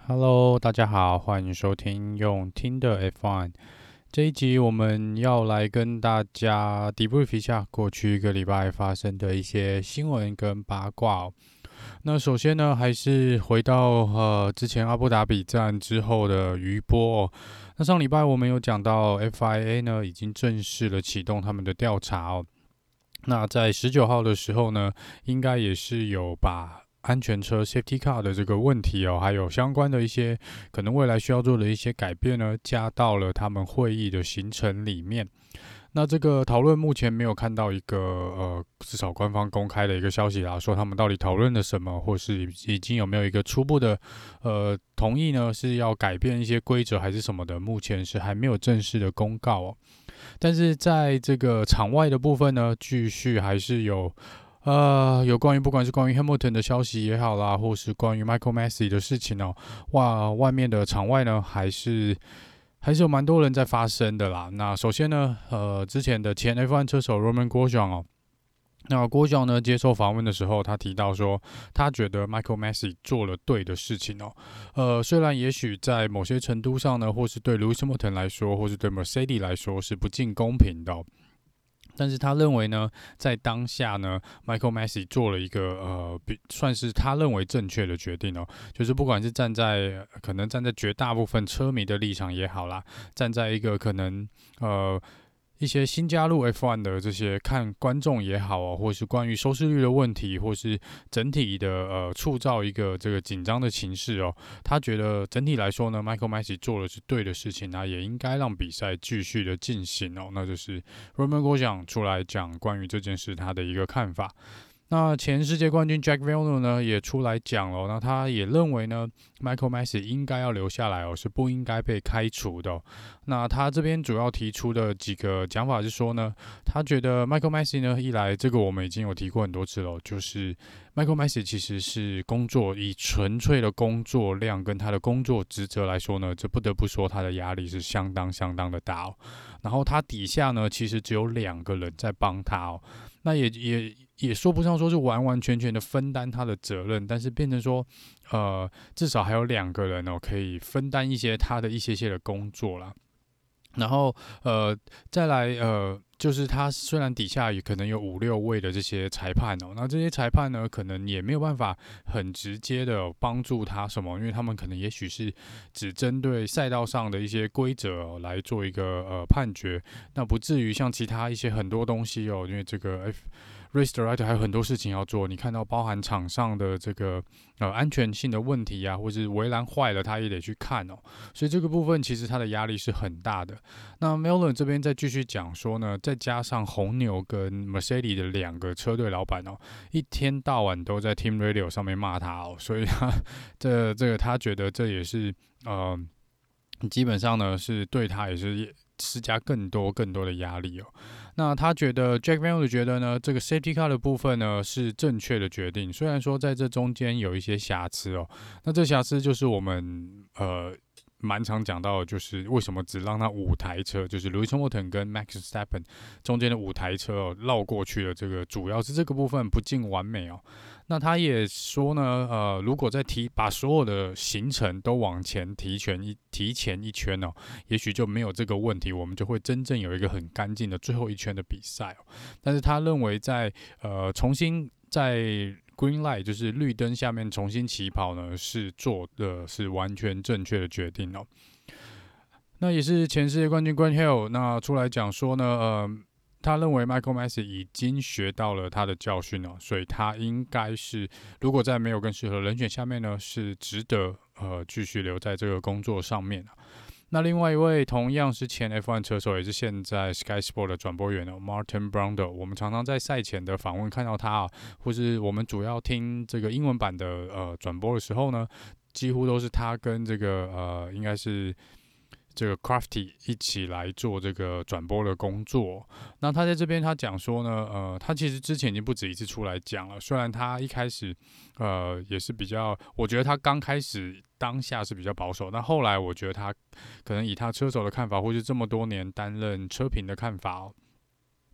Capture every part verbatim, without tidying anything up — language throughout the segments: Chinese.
Hello，大家好，欢迎收听用听的 F 一。这一集我们要来跟大家 debrief 一下过去一个礼拜发生的一些新闻跟八卦哦。那首先呢，还是回到呃之前阿布达比站之后的余波哦。那上礼拜我们有讲到 F I A 呢已经正式的启动他们的调查哦。那在十九号的时候呢，应该也是有把安全车 safety car 的这个问题哦，还有相关的一些可能未来需要做的一些改变呢，加到了他们会议的行程里面。那这个讨论目前没有看到一个呃，至少官方公开的一个消息啦，说他们到底讨论了什么，或是已经有没有一个初步的呃同意呢？是要改变一些规则还是什么的？目前是还没有正式的公告哦。但是在这个场外的部分呢，继续还是有呃有关于不管是关于 Hamilton 的消息也好啦，或是关于 Michael Massey 的事情哦，哇，外面的场外呢还是还是有蛮多人在发声的啦。那首先呢，呃，之前的前 F 一 车手 Romain Grosjean 哦。那郭晓呢接受访问的时候，他提到说，他觉得 Michael Massey 做了对的事情哦。呃，虽然也许在某些程度上呢，或是对 Lewis Hamilton 来说，或是对 Mercedes 来说是不尽公平的哦。但是他认为呢，在当下呢，Michael Massey 做了一个呃，比算是他认为正确的决定哦，就是不管是站在可能站在绝大部分车迷的立场也好啦，站在一个可能呃。一些新加入 F 一 的这些看观众也好哦，或是关于收视率的问题，或是整体的呃塑造一个这个紧张的情势哦，他觉得整体来说呢，Michael Massey 做的是对的事情啊，也应该让比赛继续的进行哦。那就是 Romain Grosjean 出来讲关于这件事他的一个看法。那前世界冠军 Jack Villeneuve 呢也出来讲了，那他也认为呢 Michael Massey 应该要留下来哦，是不应该被开除的哦。那他这边主要提出的几个讲法是说呢，他觉得 Michael Massey 呢一来这个我们已经有提过很多次了，就是 Michael Massey 其实是工作以纯粹的工作量跟他的工作职责来说呢，这不得不说他的压力是相当相当的大哦。然后他底下呢其实只有两个人在帮他哦。那也也也说不上说是完完全全的分担他的责任，但是变成说，呃，至少还有两个人哦，可以分担一些他的一些些的工作啦。然后呃，再来呃，就是他虽然底下也可能有五六位的这些裁判哦，那这些裁判呢，可能也没有办法很直接的帮助他什么，因为他们可能也许是只针对赛道上的一些规则、哦、来做一个呃判决，那不至于像其他一些很多东西哦，因为这个 F race director 还有很多事情要做，你看到包含场上的这个呃安全性的问题啊，或是围栏坏了，他也得去看哦，所以这个部分其实他的压力是很大的。那 Miller 这边再继续讲说呢，再加上红牛跟 Mercedes 的两个车队老板哦，一天到晚都在 Team Radio 上面骂他哦，所以他这这个他觉得这也是呃，基本上呢是对他也是施加更多更多的压力哦。那他觉得 Jack Miller 觉得呢，这个 Safety Car 的部分呢是正确的决定，虽然说在这中间有一些瑕疵哦，那这瑕疵就是我们呃。蛮常讲到的就是为什么只让他五台车，就是 Lewis Hamilton 跟 Max Verstappen 中间的五台车哦绕过去了，这个主要是这个部分不尽完美哦。那他也说呢，呃，如果再提把所有的行程都往前提前一提前一圈哦，也许就没有这个问题，我们就会真正有一个很干净的最后一圈的比赛哦。但是他认为在呃重新在 Green Light 就是绿灯下面重新起跑呢，是做的是完全正确的决定哦。那也是前世界冠军 Grant Hill 那出来讲说呢，呃，他认为 Michael Massey 已经学到了他的教训了，所以他应该是如果在没有更适合人选下面呢，是值得呃继续留在这个工作上面。那另外一位同样是前 F 一 车手，也是现在 Sky Sport 的转播员哦 ，Martin Brundle。我们常常在赛前的访问看到他啊，或是我们主要听这个英文版的呃转播的时候呢，几乎都是他跟这个呃应该是这个 Crafty 一起来做这个转播的工作。那他在这边他讲说呢，呃，他其实之前已经不止一次出来讲了，虽然他一开始呃也是比较，我觉得他刚开始当下是比较保守，但后来我觉得他可能以他车手的看法，或是这么多年担任车评的看法哦，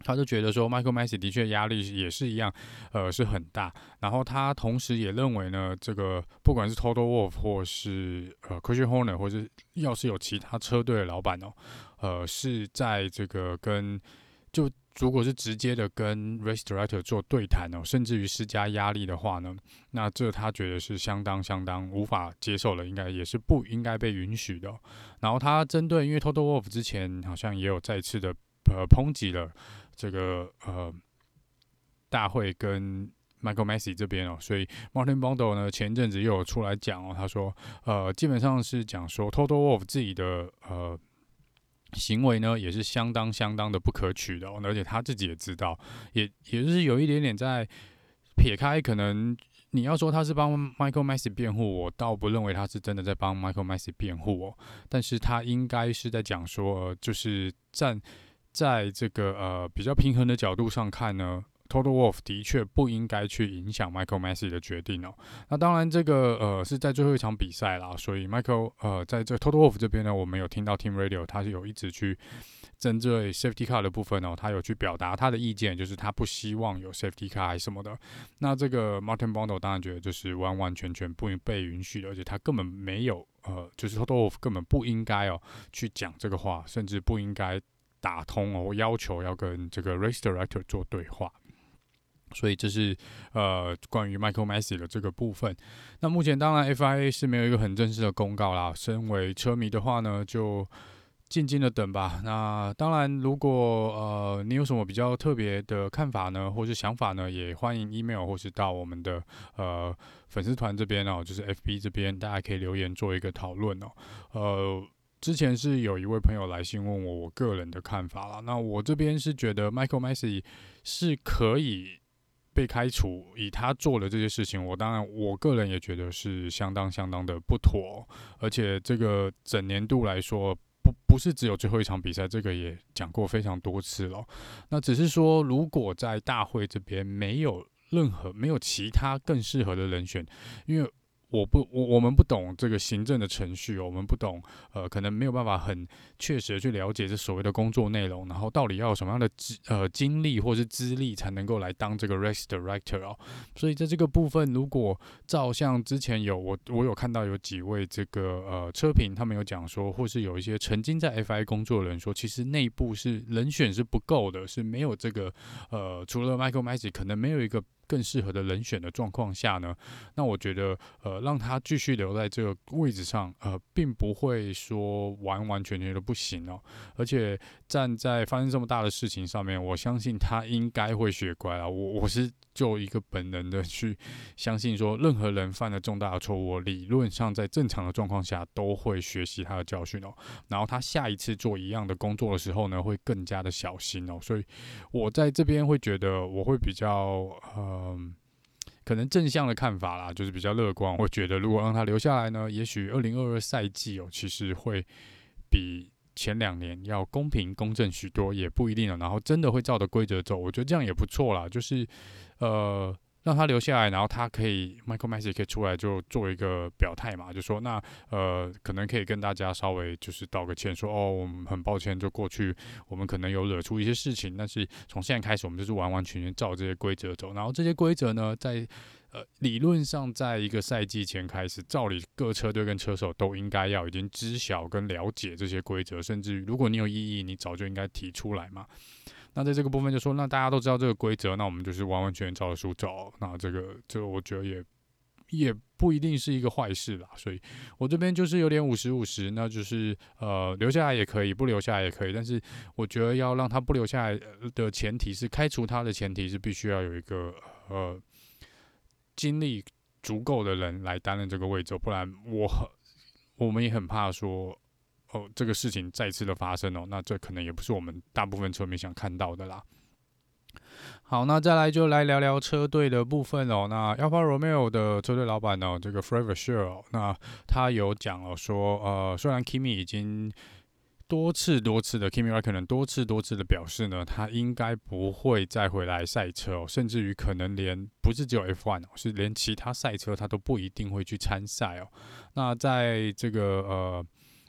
他就觉得说 Michael Masi 的确压力也是一样，呃，是很大。然后他同时也认为呢，这个不管是 Toto Wolff 或是呃 Christian Horner， 或是要是有其他车队的老板哦，呃，是在这个跟就如果是直接的跟 Race Director 做对谈哦，甚至于施加压力的话呢，那这他觉得是相当相当无法接受的，应该也是不应该被允许的哦。然后他针对因为 Toto Wolff 之前好像也有再次的呃抨击了。这个呃大会跟 Michael Masi 这边哦，所以 Martin Brundle 呢前阵子又有出来讲哦，他说呃基本上是讲说 Toto Wolff 自己的呃行为呢也是相当相当的不可取的哦，而且他自己也知道，也也就是有一点点在撇开可能。你要说他是帮 Michael Masi 辩护，我倒不认为他是真的在帮 Michael Masi 辩护哦，但是他应该是在讲说，呃、就是站。在这个呃比较平衡的角度上看呢 ，Toto Wolff 的确不应该去影响 Michael Masi 的决定哦。那当然，这个呃是在最后一场比赛啦，所以 Michael 呃在这 Toto Wolff 这边呢，我们有听到 Team Radio， 他是有一直去针对 Safety Car 的部分哦，他有去表达他的意见，就是他不希望有 Safety Car 还是什么的。那这个 Martin Brundle 当然觉得就是完完全全不被允许的，而且他根本没有呃，就是 Toto Wolff 根本不应该哦去讲这个话，甚至不应该。打通哦，要求要跟这个 race director 做对话，所以这是呃关于 Michael Masi 的这个部分。那目前当然 F I A 是没有一个很正式的公告啦。身为车迷的话呢，就静静的等吧。那当然，如果呃你有什么比较特别的看法呢，或是想法呢，也欢迎 email 或是到我们的呃粉丝团这边哦，就是 F B 这边，大家可以留言做一个讨论哦。呃。之前是有一位朋友来信问我我个人的看法啦，那我这边是觉得 Michael Masi 是可以被开除，以他做的这些事情，我当然我个人也觉得是相当相当的不妥，而且这个整年度来说，不不是只有最后一场比赛，这个也讲过非常多次了。那只是说，如果在大会这边没有任何没有其他更适合的人选，因为。我不，我我们不懂这个行政的程序，我们不懂，呃，可能没有办法很确实的去了解这所谓的工作内容，然后到底要有什么样的呃经历或是资历才能够来当这个 race director 哦。所以在这个部分，如果照像之前有我我有看到有几位这个呃车评，他们有讲说，或是有一些曾经在 F I A 工作的人说，其实内部是人选是不够的，是没有这个呃除了 Michael Masi 可能没有一个。更适合的人选的状况下呢，那我觉得呃让他继续留在这个位置上，呃，并不会说完完全全的不行哦。而且站在发生这么大的事情上面，我相信他应该会学乖啊。我我是就一个本能的去相信说，任何人犯了重大的错误，理论上在正常的状况下都会学习他的教训哦。然后他下一次做一样的工作的时候呢，会更加的小心哦。所以我在这边会觉得我会比较呃。嗯，可能正向的看法啦，就是比较乐观。我觉得如果让他留下来呢，也许二零二二赛季哦，其实会比前两年要公平公正许多，也不一定了。然后真的会照着规则走，我觉得这样也不错啦。就是呃。让他留下来，然后他可以 Michael Masi 可以出来就做一个表态嘛，就说那呃可能可以跟大家稍微就是道个歉，说哦我们很抱歉，就过去我们可能有惹出一些事情，但是从现在开始我们就是完完全全照这些规则走，然后这些规则呢在呃理论上在一个赛季前开始，照理各车队跟车手都应该要已经知晓跟了解这些规则，甚至于如果你有异议，你早就应该提出来嘛。那在这个部分就说，那大家都知道这个规则，那我们就是完完全全照着书走。那这个，这个我觉得也也不一定是一个坏事啦。所以我这边就是有点五十五十，那就是呃留下来也可以，不留下来也可以。但是我觉得要让他不留下来的前提是，开除他的前提是必须要有一个呃经历足够的人来担任这个位置，不然我很我们也很怕说。哦，这个事情再次的发生哦，那这可能也不是我们大部分车迷想看到的啦。好，那再来就来聊聊车队的部分哦。那 Alfa Romeo 的车队老板呢，这个 Fred Vasseur 哦，那他有讲了说，呃，虽然 Kimi 已经多次多次的 Kimi Räikkönen 多次多次的表示呢，他应该不会再回来赛车哦，甚至于可能连不是只有 F 一 哦，是连其他赛车他都不一定会去参赛哦。那在这个呃。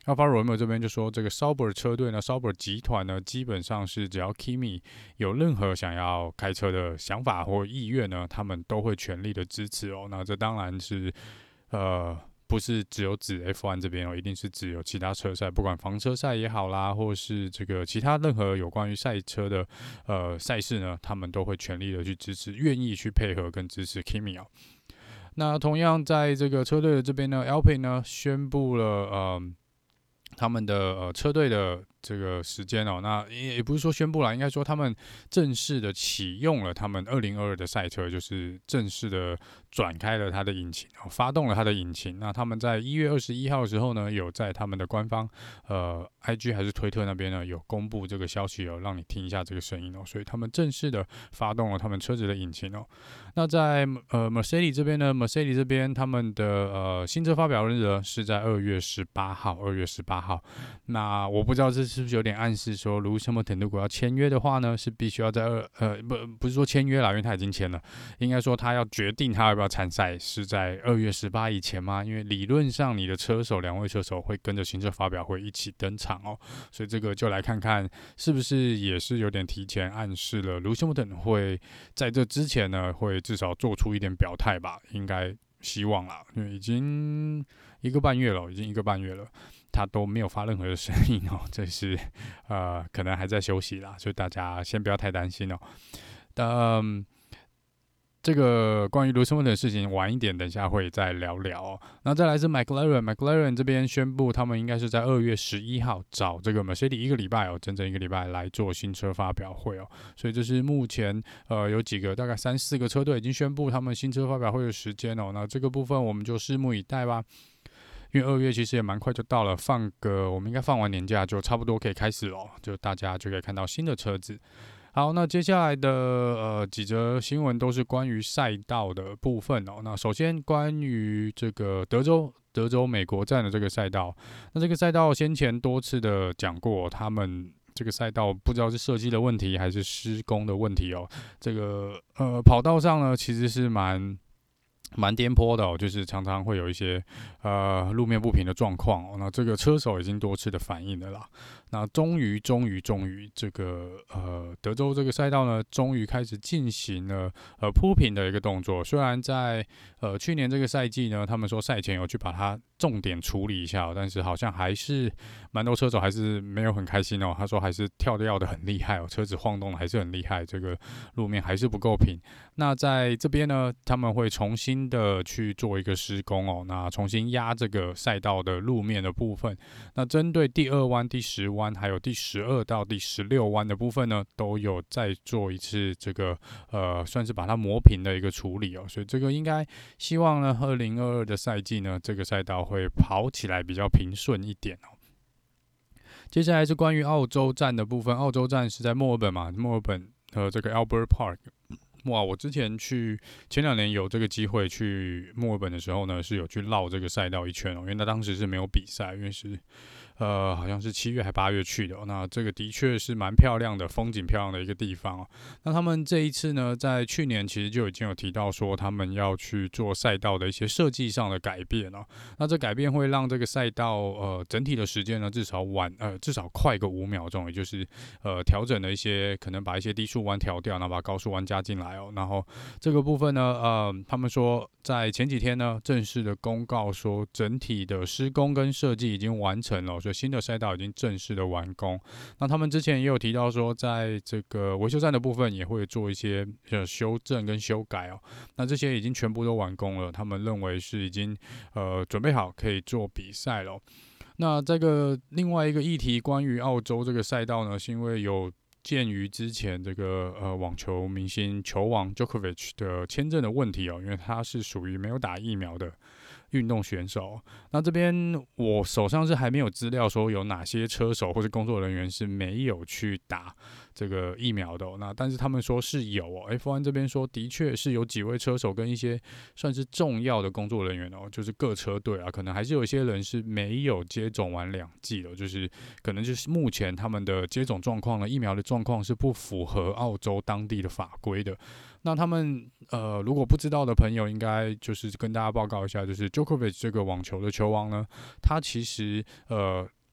Alfa Romeo 这边就说，这个 Sauber 车队呢 ，Sauber 集团呢，基本上是只要 Kimi 有任何想要开车的想法或意愿呢，他们都会全力的支持哦。那这当然是呃。不是只有指 F 一 这边哦，一定是指有其他车赛，不管房车赛也好啦，或是这个其他任何有关于赛车的呃赛事呢，他们都会全力的去支持，愿意去配合跟支持 Kimi 哦。那同样在这个车队的这边呢 ，Alpine 呢宣布了呃他们的呃车队的这个时间哦，那也不是说宣布了，应该说他们正式的启用了他们二零二二的赛车，就是正式的转开了它的引擎，哦，发动了它的引擎。那他们在一月二十一号的时候呢，有在他们的官方呃 I G 还是推特那边呢有公布这个消息哦，让你听一下这个声音哦。所以他们正式的发动了他们车子的引擎哦。那在呃 Mercedes 这边呢 ，Mercedes 这边他们的呃新车发表日呢是在二月十八号，二月十八号。那我不知道这是不是有点暗示说，Lewis Hamilton 如果要签约的话呢，是必须要在二呃不不是说签约啦，因为他已经签了，应该说他要决定他要不要参赛是在二月十八以前吗？因为理论上你的车手两位车手会跟着新车发表会一起登场哦，所以这个就来看看是不是也是有点提前暗示了 Lewis Hamilton 会在这之前呢会至少做出一点表态吧，应该希望啦，因为已经一个半月了，已经一个半月了。他都没有发任何的声音哦，这是呃可能还在休息啦，所以大家先不要太担心哦。嗯，这个关于卢森堡的事情晚一点，等一下会再聊聊哦。那再来是 McLaren，McLaren 这边宣布他们应该是在二月十一号找这个 Mercedes 一个礼拜哦，整整一个礼拜来做新车发表会哦。所以这是目前呃有几个大概三四个车队已经宣布他们新车发表会的时间哦。那这个部分我们就拭目以待吧。因为二月其实也蛮快就到了，放个我们应该放完年假就差不多可以开始了，就大家就可以看到新的车子。好，那接下来的呃几则新闻都是关于赛道的部分哦。那首先关于这个德州德州美国站的这个赛道，那这个赛道先前多次的讲过，他们这个赛道不知道是设计的问题还是施工的问题哦。这个呃跑道上呢其实是蛮。蛮颠簸的哦，就是常常会有一些呃路面不平的状况哦。那这个车手已经多次的反映了啦。那终于，终于，终于，这个呃德州这个赛道呢，终于开始进行了呃铺平的一个动作。虽然在呃去年这个赛季呢，他们说赛前有去把它重点处理一下，但是好像还是蛮多车手还是没有很开心哦。他说还是跳跃的很厉害哦，车子晃动的还是很厉害，这个路面还是不够平。那在这边呢，他们会重新的去做一个施工哦，那重新压这个赛道的路面的部分。那针对第二弯、第十弯，还有第十二到第十六弯的部分呢，都有再做一次这个呃，算是把它磨平的一个处理哦。所以这个应该希望呢，二零二二的赛季呢，这个赛道会跑起来比较平顺一点哦。接下来是关于澳洲站的部分，澳洲站是在墨尔本嘛，墨尔本呃这个 Albert Park。哇，我之前去前两年有这个机会去墨尔本的时候呢，是有去绕这个赛道一圈哦，因为那当时是没有比赛，因为是呃好像是七月还八月去的哦，那这个的确是蛮漂亮的，风景漂亮的一个地方哦。那他们这一次呢，在去年其实就已经有提到说，他们要去做赛道的一些设计上的改变哦。那这改变会让这个赛道呃整体的时间呢，至少晚呃至少快个五秒钟，也就是呃调整了一些可能把一些低速弯调掉，然后把高速弯加进来哦。然后这个部分呢，呃，他们说在前几天呢，正式的公告说整体的施工跟设计已经完成了，所以新的赛道已经正式的完工。那他们之前也有提到说，在这个维修站的部分也会做一些呃修正跟修改哦。那这些已经全部都完工了，他们认为是已经呃准备好可以做比赛了。那这个另外一个议题，关于澳洲这个赛道呢，是因为有鉴于之前这个呃网球明星球王 Djokovic 的签证的问题哦，因为他是属于没有打疫苗的运动选手。那这边我手上是还没有资料说有哪些车手或是工作人员是没有去打这个疫苗的哦。那但是他们说是有哦 ，F 一 这边说的确是有几位车手跟一些算是重要的工作人员哦，就是各车队啊，可能还是有一些人是没有接种完两剂的，就是可能就是目前他们的接种状况呢，疫苗的状况是不符合澳洲当地的法规的。那他们呃，如果不知道的朋友，应该就是跟大家报告一下，就是 Djokovic 这个网球的球王呢，他其实呃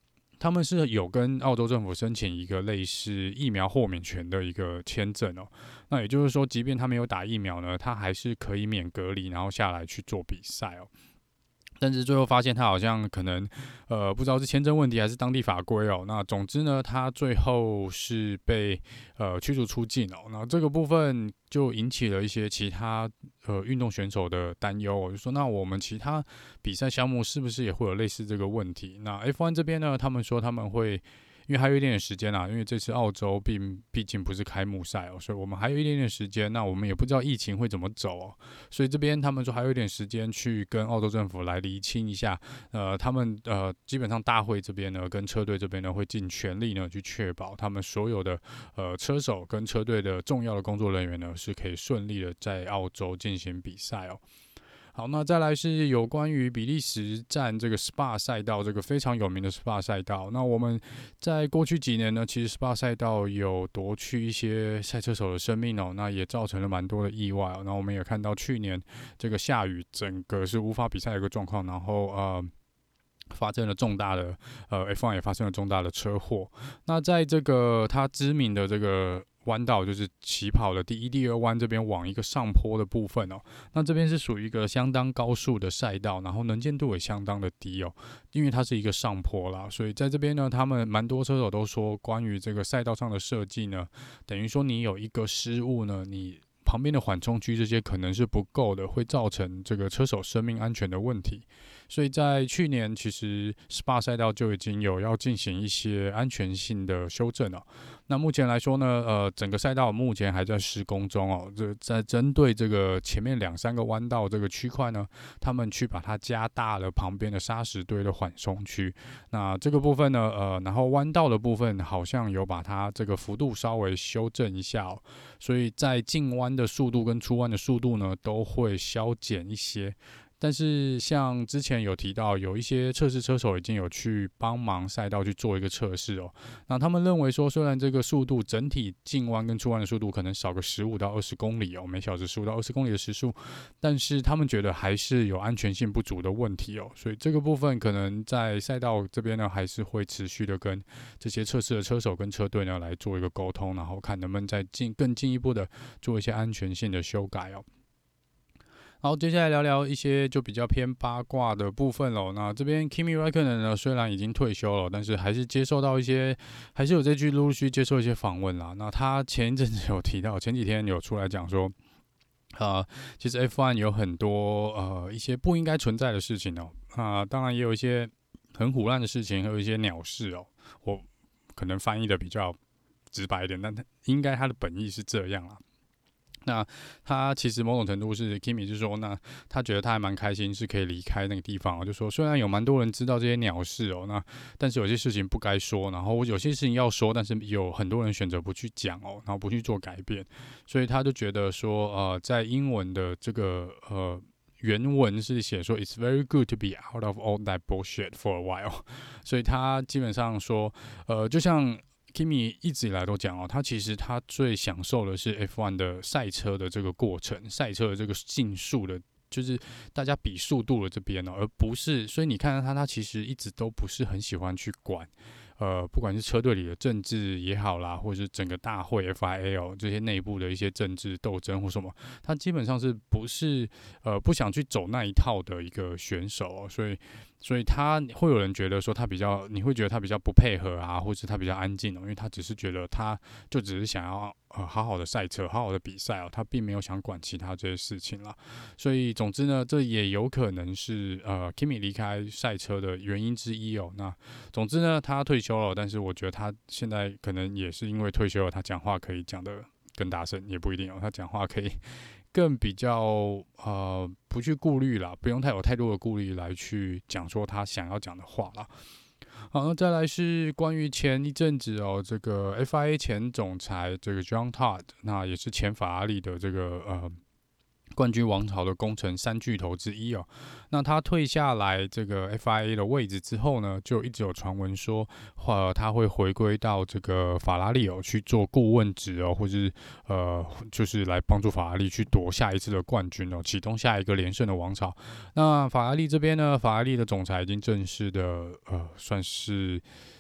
他们是有跟澳洲政府申请一个类似疫苗豁免权的一个签证哦。那也就是说，即便他没有打疫苗呢，他还是可以免隔离，然后下来去做比赛哦。但是最后发现他好像可能，呃，不知道是签证问题还是当地法规哦。那总之呢，他最后是被呃驱逐出境哦。那这个部分就引起了一些其他呃运动选手的担忧哦，就说那我们其他比赛项目是不是也会有类似这个问题？那 F 一 这边呢，他们说他们会。因为还有一点点时间啦，因为这次澳洲并毕竟不是开幕赛哦，所以我们还有一点点时间。那我们也不知道疫情会怎么走哦，所以这边他们说还有一点时间去跟澳洲政府来厘清一下。呃，他们呃基本上大会这边呢，跟车队这边呢会尽全力呢去确保他们所有的呃车手跟车队的重要的工作人员呢是可以顺利的在澳洲进行比赛哦。好，那再来是有关于比利时站这个 S P A 赛道，这个非常有名的 S P A 赛道。那我们在过去几年呢，其实 S P A 赛道有夺去一些赛车手的生命哦，那也造成了蛮多的意外哦。那我们也看到去年这个下雨，整个是无法比赛的一个状况，然后呃。发生了重大的呃 F 一 也发生了重大的车祸。那在这个它知名的这个弯道，就是起跑的第一、第二弯这边往一个上坡的部分哦。那这边是属于一个相当高速的赛道，然后能见度也相当的低哦，因为它是一个上坡啦，所以在这边呢，他们蛮多车手都说，关于这个赛道上的设计呢，等于说你有一个失误呢，你旁边的缓冲区这些可能是不够的，会造成这个车手生命安全的问题。所以在去年，其实 S P A 赛道就已经有要进行一些安全性的修正了。那目前来说呢，呃，整个赛道目前还在施工中哦。这在针对这个前面两三个弯道这个区块呢，他们去把它加大了旁边的砂石堆的缓冲区。那这个部分呢，呃，然后弯道的部分好像有把它这个幅度稍微修正一下哦。所以在进弯的速度跟出弯的速度呢，都会削减一些。但是像之前有提到，有一些测试车手已经有去帮忙赛道去做一个测试哦。那他们认为说，虽然这个速度整体进弯跟出弯的速度可能少个十五到二十公里哦，每小时十五到二十公里的时速，但是他们觉得还是有安全性不足的问题哦。所以这个部分可能在赛道这边呢，还是会持续的跟这些测试的车手跟车队呢来做一个沟通，然后看能不能再进更进一步的做一些安全性的修改哦。好，接下来聊聊一些就比较偏八卦的部分喽。那这边 Kimi Räikkönen 呢，虽然已经退休了，但是还是接受到一些，还是有这句陆陆续接受一些访问啦。那他前一阵子有提到，前几天有出来讲说，呃，其实 F 一 有很多呃一些不应该存在的事情哦。啊、呃，当然也有一些很唬烂的事情，还有一些鸟事哦。我可能翻译的比较直白一点，但他应该他的本意是这样啦。那他其实某种程度是 Kimi 是说，那他觉得他还蛮开心是可以离开那个地方哦，就说虽然有蛮多人知道这些鸟事哦，那但是有些事情不该说，然后有些事情要说，但是有很多人选择不去讲哦，然后不去做改变，所以他就觉得说，呃，在英文的这个呃原文是写说 "It's very good to be out of all that bullshit for a while"， 所以他基本上说，呃，就像Kimi 一直以来都讲哦，他其实他最享受的是 F 一 的赛车的这个过程，赛车的这个竞速的，就是大家比速度的这边哦，而不是，所以你看到他，他其实一直都不是很喜欢去管。呃，不管是车队里的政治也好啦，或者是整个大会 F I A 哦这些内部的一些政治斗争或什么，他基本上是不是呃不想去走那一套的一个选手哦，所以所以他会有人觉得说他比较，你会觉得他比较不配合啊，或者他比较安静哦，因为他只是觉得他就只是想要呃好好的赛车，好好的比赛哦，他并没有想管其他这些事情啦。所以总之呢，这也有可能是呃 Kimi 离开赛车的原因之一哦。那总之呢，他退休了，但是我觉得他现在可能也是因为退休了，他讲话可以讲得更大声，也不一定哦，他讲话可以更比较呃不去顾虑啦，不用太有太多的顾虑来去讲说他想要讲的话啦。好，那再来是关于前一阵子哦，这个 F I A 前总裁这个 John Todd， 那也是前法拉利的这个呃冠军王朝的功臣三巨头之一哦。那他退下来这个 F I A 的位置之后呢，就一直有传闻说，呃，他会回归到这个法拉利哦去做顾问职哦，或是呃，就是来帮助法拉利去夺下一次的冠军哦，启动下一个连胜的王朝。那法拉利这边呢，法拉利的总裁已经正式的呃，算是。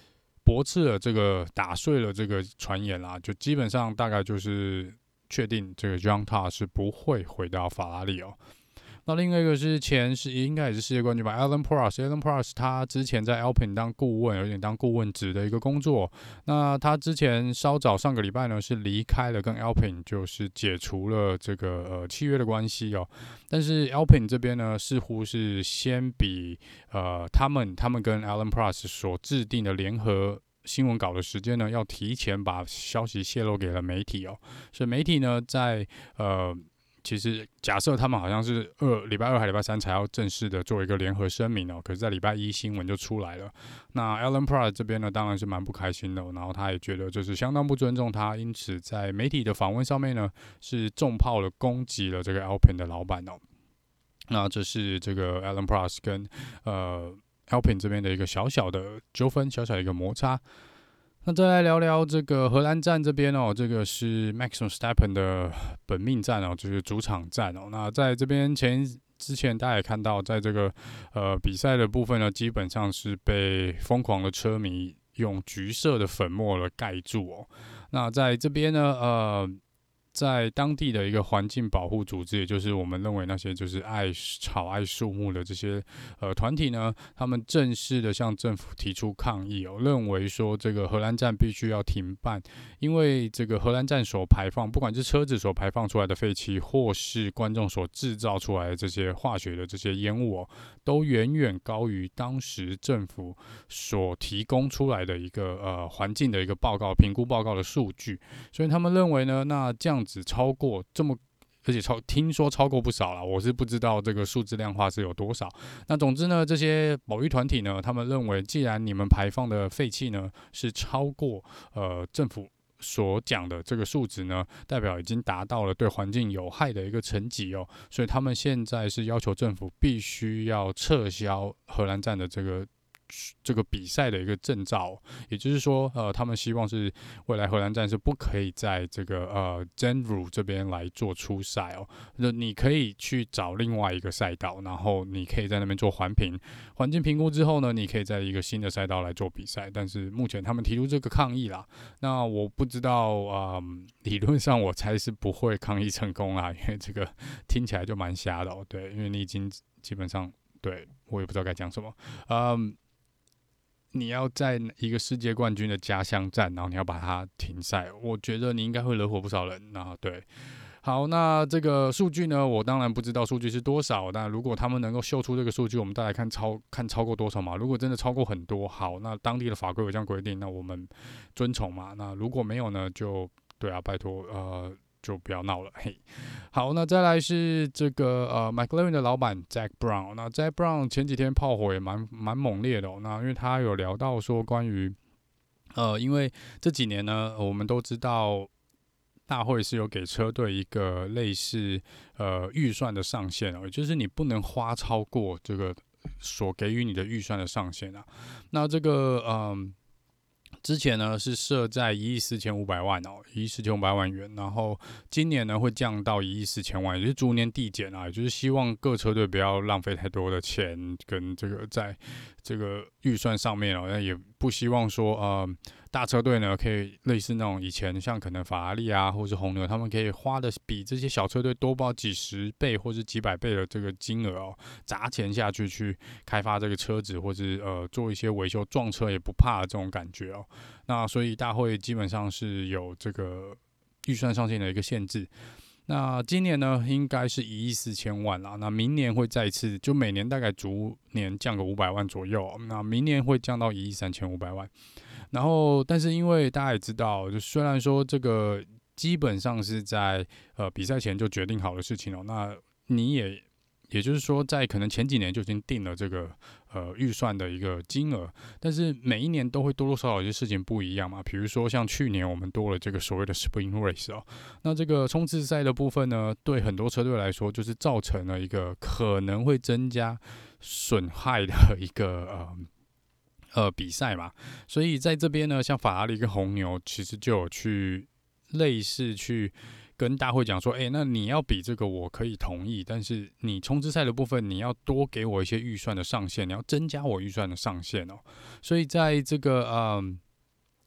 驳斥了这个打碎了这个传言啦，就基本上大概就是确定这个 Jean Todt 是不会回到法拉利哦。那另外一个是前是应该也是世界冠军吧 ，Alan Prost。Alan Prost 他之前在 Alpine 当顾问，有点当顾问职的一个工作。那他之前稍早上个礼拜呢是离开了跟 Alpine 就是解除了这个呃契约的关系哦。但是 Alpine 这边呢似乎是先比呃他们他们跟 Alan Prost 所制定的联合新闻稿的时间呢，要提前把消息泄露给了媒体哦。所以媒体呢在呃。其实假设他们好像是二礼拜二还礼拜三才要正式的做一个联合声明哦，可是在礼拜一新闻就出来了。那 Alan Prost 这边呢，当然是蛮不开心的、哦，然后他也觉得就是相当不尊重他，因此在媒体的访问上面呢，是重炮的攻击了这个 Alpine 的老板哦。那这是这个 Alan Prost 跟呃 Alpine 这边的一个小小的纠纷，小小的一个摩擦。那再来聊聊这个荷兰站这边哦，这个是 Max Verstappen 的本命站哦，就是主场战哦。那在这边前之前大家也看到，在这个呃比赛的部分呢，基本上是被疯狂的车迷用橘色的粉末了盖住哦。那在这边呢，呃。在当地的一个环境保护组织，也就是我们认为那些就是爱草爱树木的这些呃团体呢，他们正式的向政府提出抗议哦，认为说这个荷兰站必须要停办，因为这个荷兰站所排放，不管是车子所排放出来的废气，或是观众所制造出来的这些化学的这些烟雾哦，都远远高于当时政府所提供出来的一个呃环境的一个报告评估报告的数据，所以他们认为呢，那这样只超过这么，而且超听说超过不少啦，我是不知道这个数字量化是有多少。那总之呢，这些保育团体呢，他们认为，既然你们排放的废气呢是超过呃政府所讲的这个数值呢，代表已经达到了对环境有害的一个层级哦，所以他们现在是要求政府必须要撤销荷兰站的这个。这个比赛的一个证照，也就是说，呃，他们希望是未来荷兰站是不可以在这个呃 Zandvoort 这边来做初赛哦。那你可以去找另外一个赛道，然后你可以在那边做环评、环境评估之后呢，你可以在一个新的赛道来做比赛。但是目前他们提出这个抗议啦，那我不知道，嗯，理论上我猜是不会抗议成功啦，因为这个听起来就蛮瞎的哦。对，因为你已经基本上，对我也不知道该讲什么，嗯。你要在一个世界冠军的家乡站，然后你要把它停赛，我觉得你应该会惹火不少人。那对，好，那这个数据呢，我当然不知道数据是多少，但如果他们能够秀出这个数据，我们再来看超看超过多少嘛。如果真的超过很多，好，那当地的法规有这样规定，那我们遵从嘛。那如果没有呢，就对啊，拜托，呃。就不要闹了，嘿。好，那再来是这个呃 McLaren 的老板 Zac Brown。那 Zac Brown 前几天炮火也蛮蛮猛烈的、哦。那因为他有聊到说关于呃，因为这几年呢，我们都知道大会是有给车队一个类似呃预算的上限哦，也就是你不能花超过这个所给予你的预算的上限啊。那这个嗯。呃之前呢是设在一亿四千五百万哦，一亿四千五百万元，然后今年呢会降到一亿四千万，也就是逐年递减啊，也就是希望各车队不要浪费太多的钱跟这个在这个预算上面哦，那也不希望说呃大车队呢可以类似那种以前像可能法拉利啊或是红牛，他们可以花的比这些小车队多报几十倍或是几百倍的这个金额哦，砸钱下去去开发这个车子，或是呃做一些维修撞车也不怕这种感觉哦。那所以大会基本上是有这个预算上限的一个限制。那今年呢，应该是一亿四千万啦。那明年会再次，就每年大概逐年降个五百万左右、哦。那明年会降到一亿三千五百万。然后，但是因为大家也知道，就虽然说这个基本上是在呃比赛前就决定好的事情哦，那你也也就是说，在可能前几年就已经定了这个呃预算的一个金额，但是每一年都会多多少少有些事情不一样嘛。比如说像去年我们多了这个所谓的 Spring Race 哦，那这个冲刺赛的部分呢，对很多车队来说，就是造成了一个可能会增加损害的一个呃。呃，比赛嘛，所以在这边呢，像法拉利跟红牛其实就有去类似去跟大会讲说，哎、欸，那你要比这个我可以同意，但是你冲刺赛的部分你要多给我一些预算的上限，你要增加我预算的上限哦。所以在这个嗯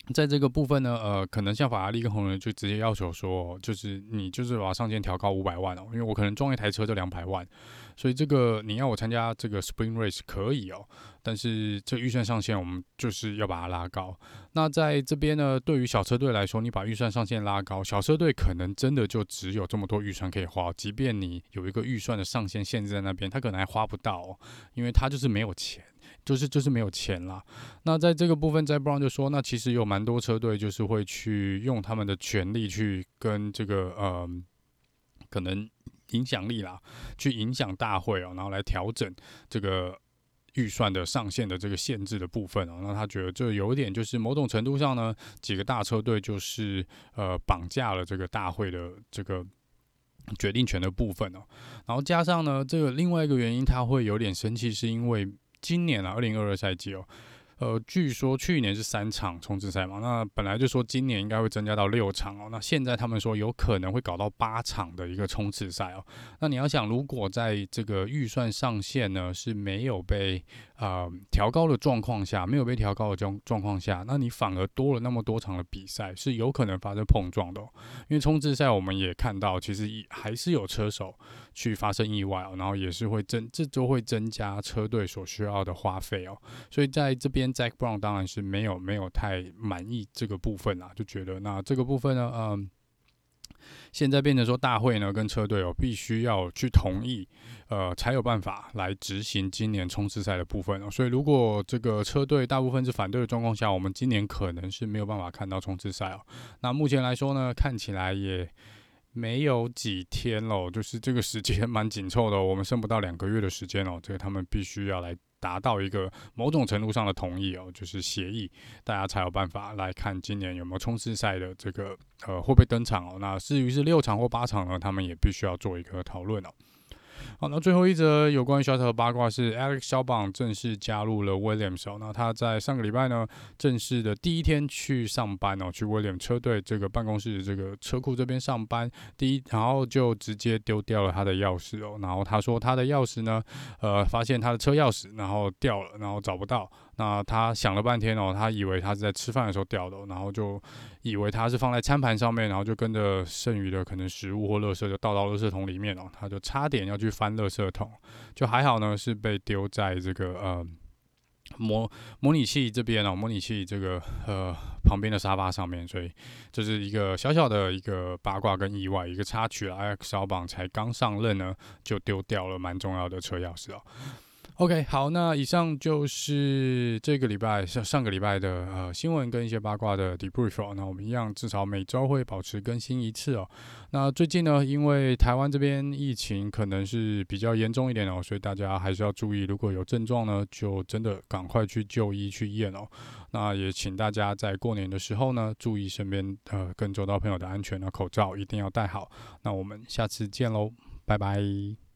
在这个部分呢，呃，可能像法拉利跟红人就直接要求说，就是你就是把上限调高五百万哦，因为我可能装一台车就两百万，所以这个你要我参加这个 Spring Race 可以哦，但是这预算上限我们就是要把它拉高。那在这边呢，对于小车队来说，你把预算上限拉高，小车队可能真的就只有这么多预算可以花，即便你有一个预算的上限限制在那边，他可能还花不到哦，因为他就是没有钱。就是就是没有钱啦。那在这个部分，在 Brown 就说，那其实有蛮多车队就是会去用他们的权利去跟这个呃可能影响力啦，去影响大会哦，然后来调整这个预算的上限的这个限制的部分哦。那他觉得这有一点就是某种程度上呢，几个大车队就是呃绑架了这个大会的这个决定权的部分哦。然后加上呢，这个另外一个原因，他会有点生气，是因为今年啊，二零二二赛季哦，呃，据说去年是三场冲刺赛嘛，那本来就说今年应该会增加到六场哦，那现在他们说有可能会搞到八场的一个冲刺赛哦。那你要想，如果在这个预算上限呢是没有被呃调高的状况下，没有被调高的状状况下，那你反而多了那么多场的比赛，是有可能发生碰撞的哦。因为冲刺赛我们也看到，其实还是有车手去发生意外哦，然后也是会增，这都会增加车队所需要的花费哦。所以在这边 Zac Brown 当然是没有没有太满意这个部分啦，就觉得那这个部分呢，嗯，现在变成说大会呢跟车队哦必须要去同意，呃，才有办法来执行今年冲刺赛的部分哦。所以如果这个车队大部分是反对的状况下，我们今年可能是没有办法看到冲刺赛哦。那目前来说呢，看起来也没有几天喽，就是这个时间蛮紧凑的哦，我们剩不到两个月的时间哦，这个他们必须要来达到一个某种程度上的同意哦，就是协议，大家才有办法来看今年有没有冲刺赛的这个呃会不会登场哦。那至于是六场或八场呢，他们也必须要做一个讨论哦。好，那最后一则有关于小小的八卦是 Alex 肖邦正式加入了 Williams 哦。那他在上个礼拜呢，正式的第一天去上班哦，去 Williams 车队这个办公室这个车库这边上班，第一，然后就直接丢掉了他的钥匙哦。然后他说他的钥匙呢，呃，发现他的车钥匙然后掉了，然后找不到。那他想了半天哦，他以为他是在吃饭的时候掉的哦，然后就以为他是放在餐盘上面，然后就跟着剩余的可能食物或垃圾就倒到垃圾桶里面哦，他就差点要去翻垃圾桶，就还好呢，是被丢在这个呃模模拟器这边哦，模拟器这个呃旁边的沙发上面，所以这是一个小小的一个八卦跟意外，一个插曲了。Alex 肖邦才刚上任呢，就丢掉了蛮重要的车钥匙哦。OK，好，那以上就是这个礼拜上上个礼拜的呃新闻跟一些八卦的 debrief 哦。那我们一样至少每周会保持更新一次哦。那最近呢，因为台湾这边疫情可能是比较严重一点哦，所以大家还是要注意，如果有症状呢，就真的赶快去就医去验哦。那也请大家在过年的时候呢，注意身边呃跟周遭朋友的安全啊，口罩一定要戴好。那我们下次见喽，拜拜。